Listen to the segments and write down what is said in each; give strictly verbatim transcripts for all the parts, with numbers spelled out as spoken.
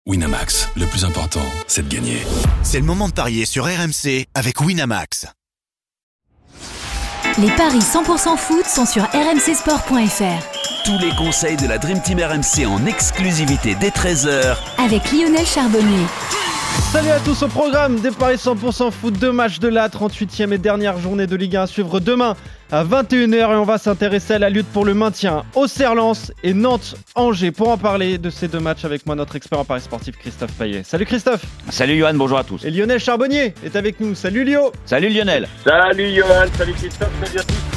Winamax, le plus important, c'est de gagner. C'est le moment de parier sur R M C avec Winamax. Les paris cent pour cent foot sont sur r m c sport point f r. Tous les conseils de la Dream Team R M C en exclusivité dès treize heures avec Lionel Charbonnier. Salut à tous, au programme des paris cent pour cent foot, deux matchs de la trente-huitième et dernière journée de Ligue un à suivre demain à vingt et une heures et on va s'intéresser à la lutte pour le maintien. Auxerre-Lens et Nantes-Angers. Pour en parler de ces deux matchs avec moi, notre expert en paris sportif Christophe Payet. Salut Christophe. Salut Johan, bonjour à tous. Et Lionel Charbonnier est avec nous. Salut Lio. Salut Lionel. Salut Johan, salut Christophe, salut à tous.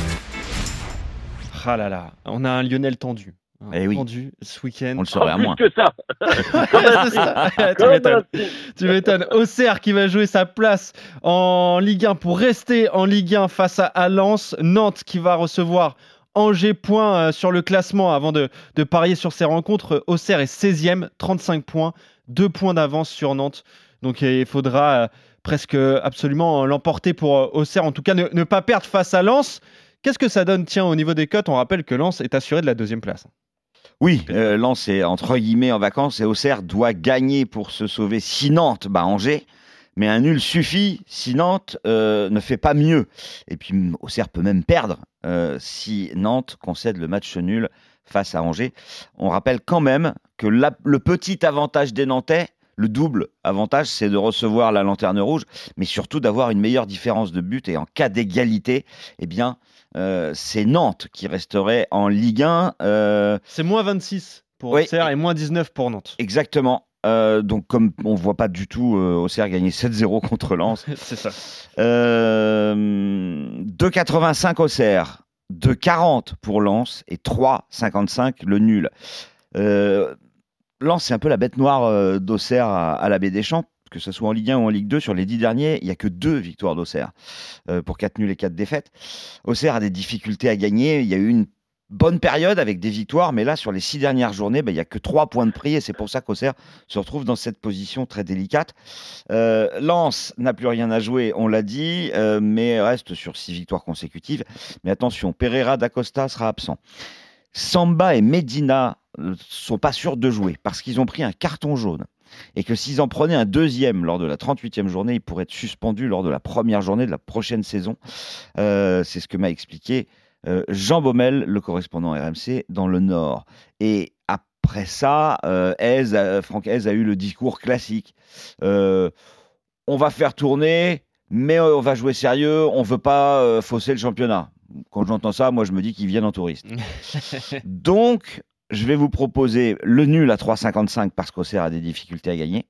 Ah là là, on a un Lionel tendu. Eh oui. Tendu ce week-end. On le saurait à moins. Plus que ça. C'est ça. tu m'étonnes. Tu m'étonnes. Auxerre qui va jouer sa place en Ligue un pour rester en Ligue un face à, à Lens. Nantes qui va recevoir Angers, point euh, sur le classement avant de, de parier sur ces rencontres. Auxerre est seizième, trente-cinq points, deux points d'avance sur Nantes. Donc il faudra euh, presque absolument l'emporter pour euh, Auxerre. En tout cas, ne, ne pas perdre face à Lens. Qu'est-ce que ça donne, tiens, au niveau des cotes? On rappelle que Lens est assuré de la deuxième place. Oui, euh, Lens est entre guillemets en vacances et Auxerre doit gagner pour se sauver. Si Nantes bat Angers, mais un nul suffit si Nantes euh, ne fait pas mieux. Et puis Auxerre peut même perdre euh, si Nantes concède le match nul face à Angers. On rappelle quand même que la, le petit avantage des Nantais, le double avantage, c'est de recevoir la lanterne rouge, mais surtout d'avoir une meilleure différence de but. Et en cas d'égalité, eh bien, euh, c'est Nantes qui resterait en Ligue un. Euh... C'est moins vingt-six pour oui, Auxerre et moins dix-neuf pour Nantes. Exactement. Euh, donc, comme on ne voit pas du tout euh, Auxerre gagner sept zéro contre Lens. C'est ça. Euh, deux virgule quatre-vingt-cinq Auxerre, deux virgule quarante pour Lens et trois virgule cinquante-cinq le nul. Euh, Lens, c'est un peu la bête noire euh, d'Auxerre à, à la Baie des Champs, que ce soit en Ligue un ou en Ligue deux. Sur les dix derniers, il n'y a que deux victoires d'Auxerre euh, pour quatre nuls et quatre défaites. Auxerre a des difficultés à gagner. Il y a eu une bonne période avec des victoires, mais là, sur les six dernières journées, bah, il n'y a que trois points de prix et c'est pour ça qu'Auxerre se retrouve dans cette position très délicate. Euh, Lens n'a plus rien à jouer, on l'a dit, euh, mais reste sur six victoires consécutives. Mais attention, Pereira d'Acosta sera absent. Samba et Medina ne sont pas sûrs de jouer parce qu'ils ont pris un carton jaune et que s'ils en prenaient un deuxième lors de la trente-huitième journée, ils pourraient être suspendus lors de la première journée de la prochaine saison. Euh, c'est ce que m'a expliqué euh, Jean Baumel, le correspondant R M C dans le Nord. Et après ça, euh, Hez, euh, Franck Hez a eu le discours classique. Euh, on va faire tourner, mais on va jouer sérieux, on ne veut pas euh, fausser le championnat. Quand j'entends ça, moi je me dis qu'ils viennent en touriste. Donc, je vais vous proposer le nul à trois virgule cinquante-cinq parce qu'Auxerre a des difficultés à gagner.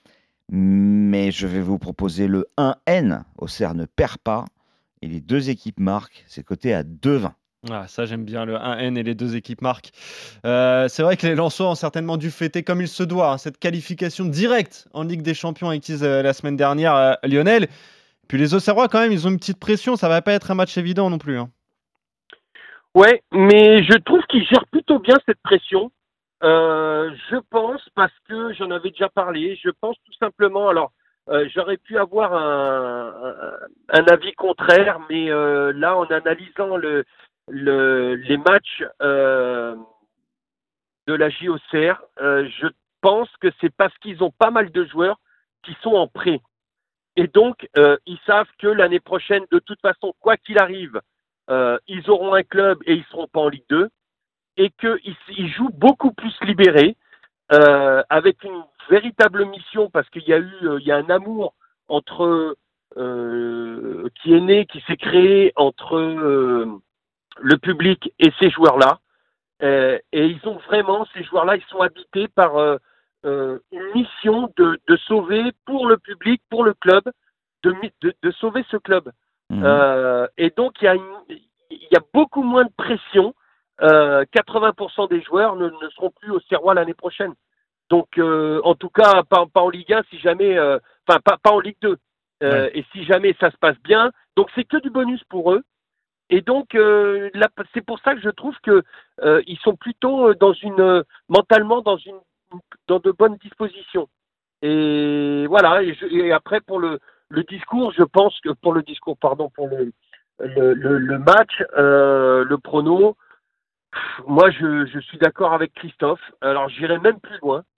Mais je vais vous proposer le un N. Auxerre ne perd pas. Et les deux équipes marquent. C'est coté à deux virgule vingt. Ah, ça j'aime bien, le un N et les deux équipes marquent. Euh, c'est vrai que les Lensois ont certainement dû fêter comme il se doit hein, cette qualification directe en Ligue des Champions acquise euh, la semaine dernière, euh, Lionel. Puis les Auxerrois, quand même, ils ont une petite pression. Ça va pas être un match évident non plus. Hein. Ouais, mais je trouve qu'ils gèrent plutôt bien cette pression. Euh, je pense, parce que j'en avais déjà parlé, je pense tout simplement, alors euh, j'aurais pu avoir un, un, un avis contraire, mais euh, là, en analysant le, le, les matchs euh, de la J O C R, euh, je pense que c'est parce qu'ils ont pas mal de joueurs qui sont en prêt. Et donc, euh, ils savent que l'année prochaine, de toute façon, quoi qu'il arrive, euh, ils auront un club et ils ne seront pas en Ligue deux. Et qu'ils ils jouent beaucoup plus libérés, euh, avec une véritable mission, parce qu'il y a eu euh, il y a un amour entre euh, qui est né, qui s'est créé entre euh, le public et ces joueurs-là. Euh, et ils ont vraiment, ces joueurs-là, ils sont habités par euh, euh, une mission de, de sauver pour le public, pour le club, de, de, de sauver ce club. Mmh. Euh, et donc, il y a une, il y a beaucoup moins de pression. Euh, quatre-vingts pour cent des joueurs ne, ne seront plus au Serrois l'année prochaine. Donc, euh, en tout cas, pas, pas en Ligue un, si jamais, euh, enfin, pas, pas en Ligue deux. Euh, ouais. Et si jamais ça se passe bien, donc c'est que du bonus pour eux. Et donc, euh, là, c'est pour ça que je trouve que euh, ils sont plutôt dans une euh, mentalement dans une dans de bonnes dispositions. Et voilà. Et, je, et après pour le le discours, je pense que pour le discours, pardon, pour le le le, le match, euh, le prono. Moi, je, je suis d'accord avec Christophe. Alors, j'irai même plus loin.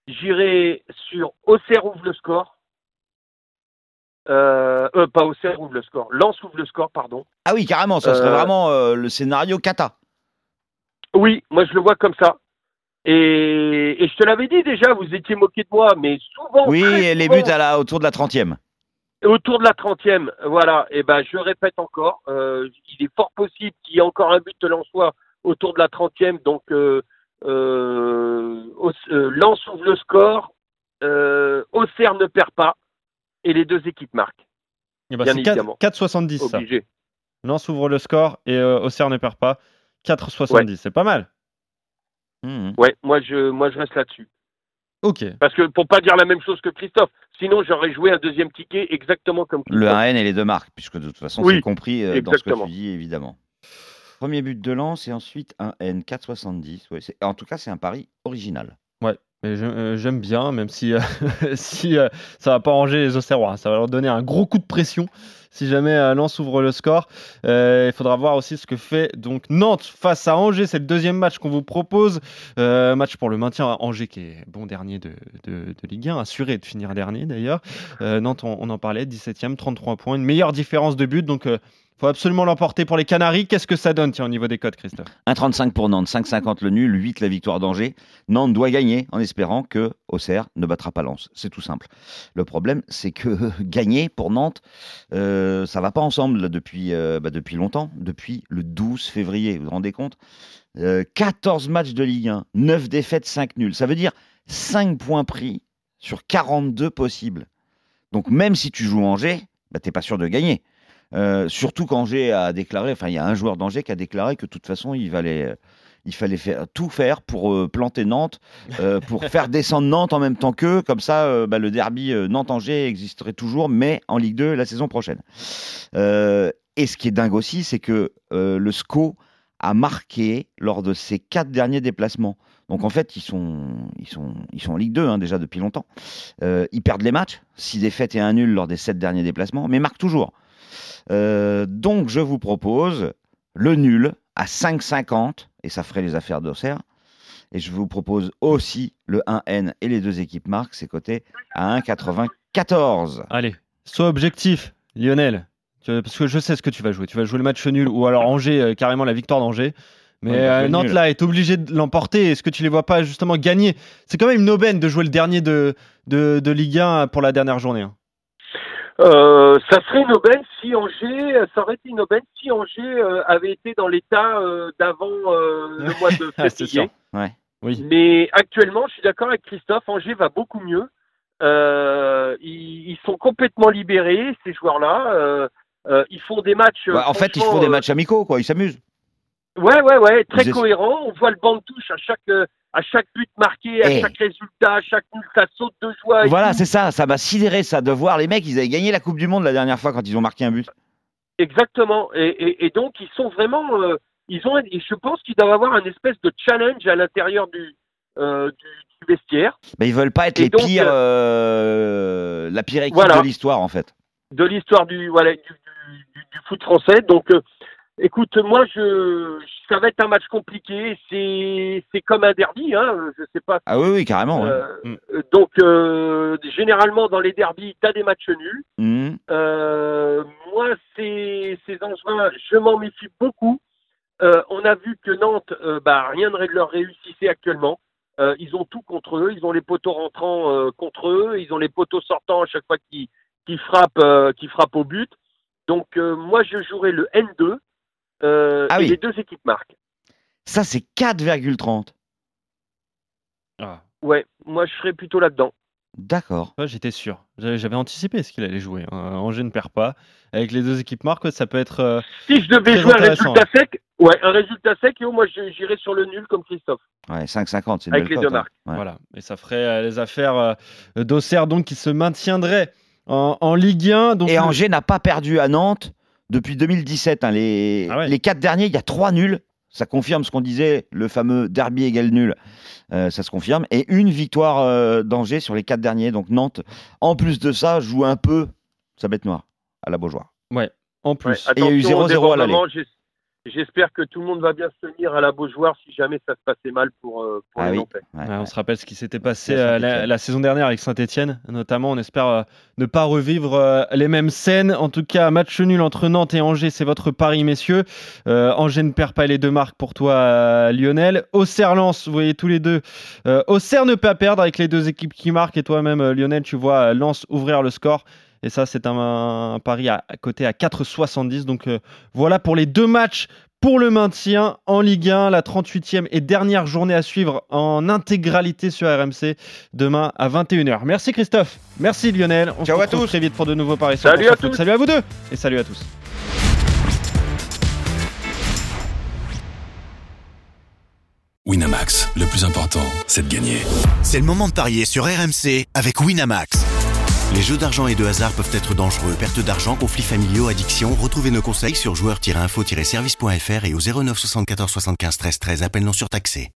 j'irai sur Auxerre ouvre le score. Euh, euh, pas Auxerre ouvre le score. Lens ouvre le score, pardon. Ah oui, carrément, ça serait Euh, vraiment euh, le scénario cata. Oui, moi je le vois comme ça. Et, et je te l'avais dit déjà, vous étiez moqué de moi, mais souvent, Oui, très et les souvent, buts à la, autour de la trentième. autour de la trentième, voilà. Et ben, je répète encore, euh, il est fort possible qu'il y ait encore un but de Lensois autour de la trentième. Donc, euh, euh, Au- euh, Lens ouvre le score, euh, Auxerre ne perd pas, et les deux équipes marquent. Eh ben, Bien c'est évidemment. quatre virgule soixante-dix ça. Obligé. Lens ouvre le score et euh, Auxerre ne perd pas. quatre virgule soixante-dix, c'est pas mal. Mmh. Ouais, moi je, moi je reste là-dessus. Ok. Parce que pour pas dire la même chose que Christophe, sinon j'aurais joué un deuxième ticket exactement comme Christophe. Le un N et les deux marques, puisque de toute façon, Oui, c'est compris euh, dans ce que exactement. tu dis, évidemment. Premier but de Lens et ensuite un N, quatre virgule soixante-dix. Ouais, c'est- en tout cas, c'est un pari original. Ouais, mais je- euh, j'aime bien, même si, euh, si euh, ça va pas ranger les Auxerrois. Ça va leur donner un gros coup de pression si jamais euh, Lens ouvre le score. Euh, il faudra voir aussi ce que fait donc Nantes face à Angers. C'est le deuxième match qu'on vous propose. Euh, match pour le maintien à Angers qui est bon dernier de, de, de Ligue un, assuré de finir dernier d'ailleurs. Euh, Nantes, on, on en parlait, dix-septième, trente-trois points, une meilleure différence de but. Donc, il faut absolument l'emporter pour les Canaries. Qu'est-ce que ça donne tiens, au niveau des cotes, Christophe? un virgule trente-cinq pour Nantes, cinq virgule cinquante le nul, huit la victoire d'Angers. Nantes doit gagner en espérant que Auxerre ne battra pas Lens. C'est tout simple. Le problème, c'est que gagner pour Nantes, euh, ça va pas ensemble là, depuis, euh, bah, depuis longtemps, depuis le douze février. Vous vous rendez compte? Euh, quatorze matchs de Ligue un, neuf défaites, cinq nuls. Ça veut dire cinq points pris sur quarante-deux possibles. Donc même si tu joues Angers, bah, tu n'es pas sûr de gagner. Euh, surtout qu'Angers a déclaré, enfin il y a un joueur d'Angers qui a déclaré que de toute façon il fallait, il fallait faire, tout faire pour euh, planter Nantes, euh, pour faire descendre Nantes en même temps qu'eux, comme ça euh, bah, le derby euh, Nantes-Angers existerait toujours, mais en Ligue deux la saison prochaine. Euh, et ce qui est dingue aussi, c'est que euh, le S C O a marqué lors de ses quatre derniers déplacements. Donc en fait, ils sont, ils sont, ils sont en Ligue deux hein, déjà depuis longtemps. Euh, ils perdent les matchs, six défaites et un nul lors des sept derniers déplacements, mais marquent toujours. Euh, donc je vous propose le nul à cinq virgule cinquante, et ça ferait les affaires d'Auxerre. Et je vous propose aussi le un N et les deux équipes marquent, c'est coté à un virgule quatre-vingt-quatorze. Allez, sois objectif, Lionel. Tu- Parce que je sais ce que tu vas jouer. Tu vas jouer le match nul ou alors Angers, euh, carrément la victoire d'Angers. Mais Ouais, euh, le Nantes, nul. là, est obligé de l'emporter. Est-ce que tu les vois pas justement gagner? C'est quand même une aubaine de jouer le dernier de, de, de Ligue un pour la dernière journée. hein. Euh, ça serait une aubaine si Angers, ça aurait été une aubaine si Angers euh, avait été dans l'état euh, d'avant euh, le mois de Ah, c'est sûr. février. Ouais. Oui. Mais actuellement, je suis d'accord avec Christophe, Angers va beaucoup mieux. Euh, ils, ils sont complètement libérés, ces joueurs-là. Euh, euh, ils font des matchs. Ouais, en fait, ils franchement, font des euh, matchs amicaux, quoi. Ils s'amusent. Ouais, ouais, ouais, très Ils essa- cohérent. On voit le banc de touche à chaque, euh, à chaque but marqué, à Eh. chaque résultat, à chaque nul, ça saute de joie. et Voilà, tout. c'est ça. Ça m'a sidéré, ça, de voir les mecs. Ils avaient gagné la Coupe du Monde la dernière fois quand ils ont marqué un but. Exactement. Et, et, et donc, ils sont vraiment. euh, ils ont, et je pense qu'ils doivent avoir un espèce de challenge à l'intérieur du, euh, du, du vestiaire, Mais ils veulent pas être Et les donc, pires, euh, la pire équipe voilà. de l'histoire, en fait. de l'histoire du, voilà, du, du, du, du foot français. Donc, euh, écoute, moi, je, ça va être un match compliqué. C'est, c'est comme un derby, hein. Je sais pas. Ah oui, oui, carrément. ouais. Euh, Mm. euh, donc, euh, généralement, dans les derbys, tu as des matchs nuls. Mhm. Euh, moi, ces, ces Angevins, je m'en méfie beaucoup. Euh, on a vu que Nantes, euh, bah, rien ne leur réussissait actuellement. Euh, ils ont tout contre eux. Ils ont les poteaux rentrants euh, contre eux. Ils ont les poteaux sortants à chaque fois qu'ils, qu'ils frappent, euh, qu'ils frappent au but. Donc, euh, moi, je jouerai le N deux euh, Ah et oui. les deux équipes marquent. Ça, c'est quatre virgule trente. Ah, Ouais, moi, je serais plutôt là-dedans. D'accord. ouais, j'étais sûr. J'avais j'avais anticipé ce qu'il allait jouer. hein. Angers ne perd pas. Avec les deux équipes marques, ouais, ça peut être. euh, Si je devais Très jouer un intéressant, résultat sec, ouais, un résultat sec, et moi, je- j'irais sur le nul comme Christophe. Ouais, cinq virgule cinquante, c'est une Avec belle les cote, deux hein. marques. Ouais. Voilà. Et ça ferait euh, les affaires euh, d'Auxerre donc qui se maintiendraient en, en Ligue un. Donc Et le- Angers n'a pas perdu à Nantes depuis deux mille dix-sept. hein. Les, Ah ouais. les quatre derniers, il y a trois nuls. Ça confirme ce qu'on disait, le fameux derby égal nul. Euh, ça se confirme. Et une victoire euh, d'Angers sur les quatre derniers. Donc Nantes, en plus de ça, joue un peu sa bête noire à la Beaujoire. Ouais, en plus. Et il y a eu Attention zéro au zéro à l'aller. débordement, j'es- j'espère que tout le monde va bien se tenir à la Beaujoire si jamais ça se passait mal pour, euh, pour Ah les oui. Nantais. Ouais, Ouais, ouais. on se rappelle ce qui s'était passé C'est euh, la, Saint-Étienne. la saison dernière avec Saint-Etienne, notamment. On espère euh, ne pas revivre euh, les mêmes scènes. En tout cas, match nul entre Nantes et Angers, c'est votre pari, messieurs. Euh, Angers ne perd pas les deux marques pour toi, euh, Lionel. Auxerre-Lens, vous voyez tous les deux. Euh, Auxerre ne peut pas perdre avec les deux équipes qui marquent. Et toi-même, euh, Lionel, tu vois euh, Lens ouvrir le score. Et ça, c'est un, un pari à, à côté à quatre virgule soixante-dix. Donc euh, voilà pour les deux matchs pour le maintien en Ligue un. La trente-huitième et dernière journée à suivre en intégralité sur R M C demain à vingt et une heures. Merci Christophe. Merci Lionel. On Ciao se à retrouve tous. très vite pour de nouveaux paris. Salut cent pour cent à foot. tous. Salut à vous deux. Et salut à tous. Winamax, le plus important, c'est de gagner. C'est le moment de parier sur R M C avec Winamax. Les jeux d'argent et de hasard peuvent être dangereux. Perte d'argent, conflits familiaux, addiction. Retrouvez nos conseils sur joueurs tiret info tiret service point f r et au zéro neuf soixante-quatorze soixante-quinze treize treize. Appel non surtaxé.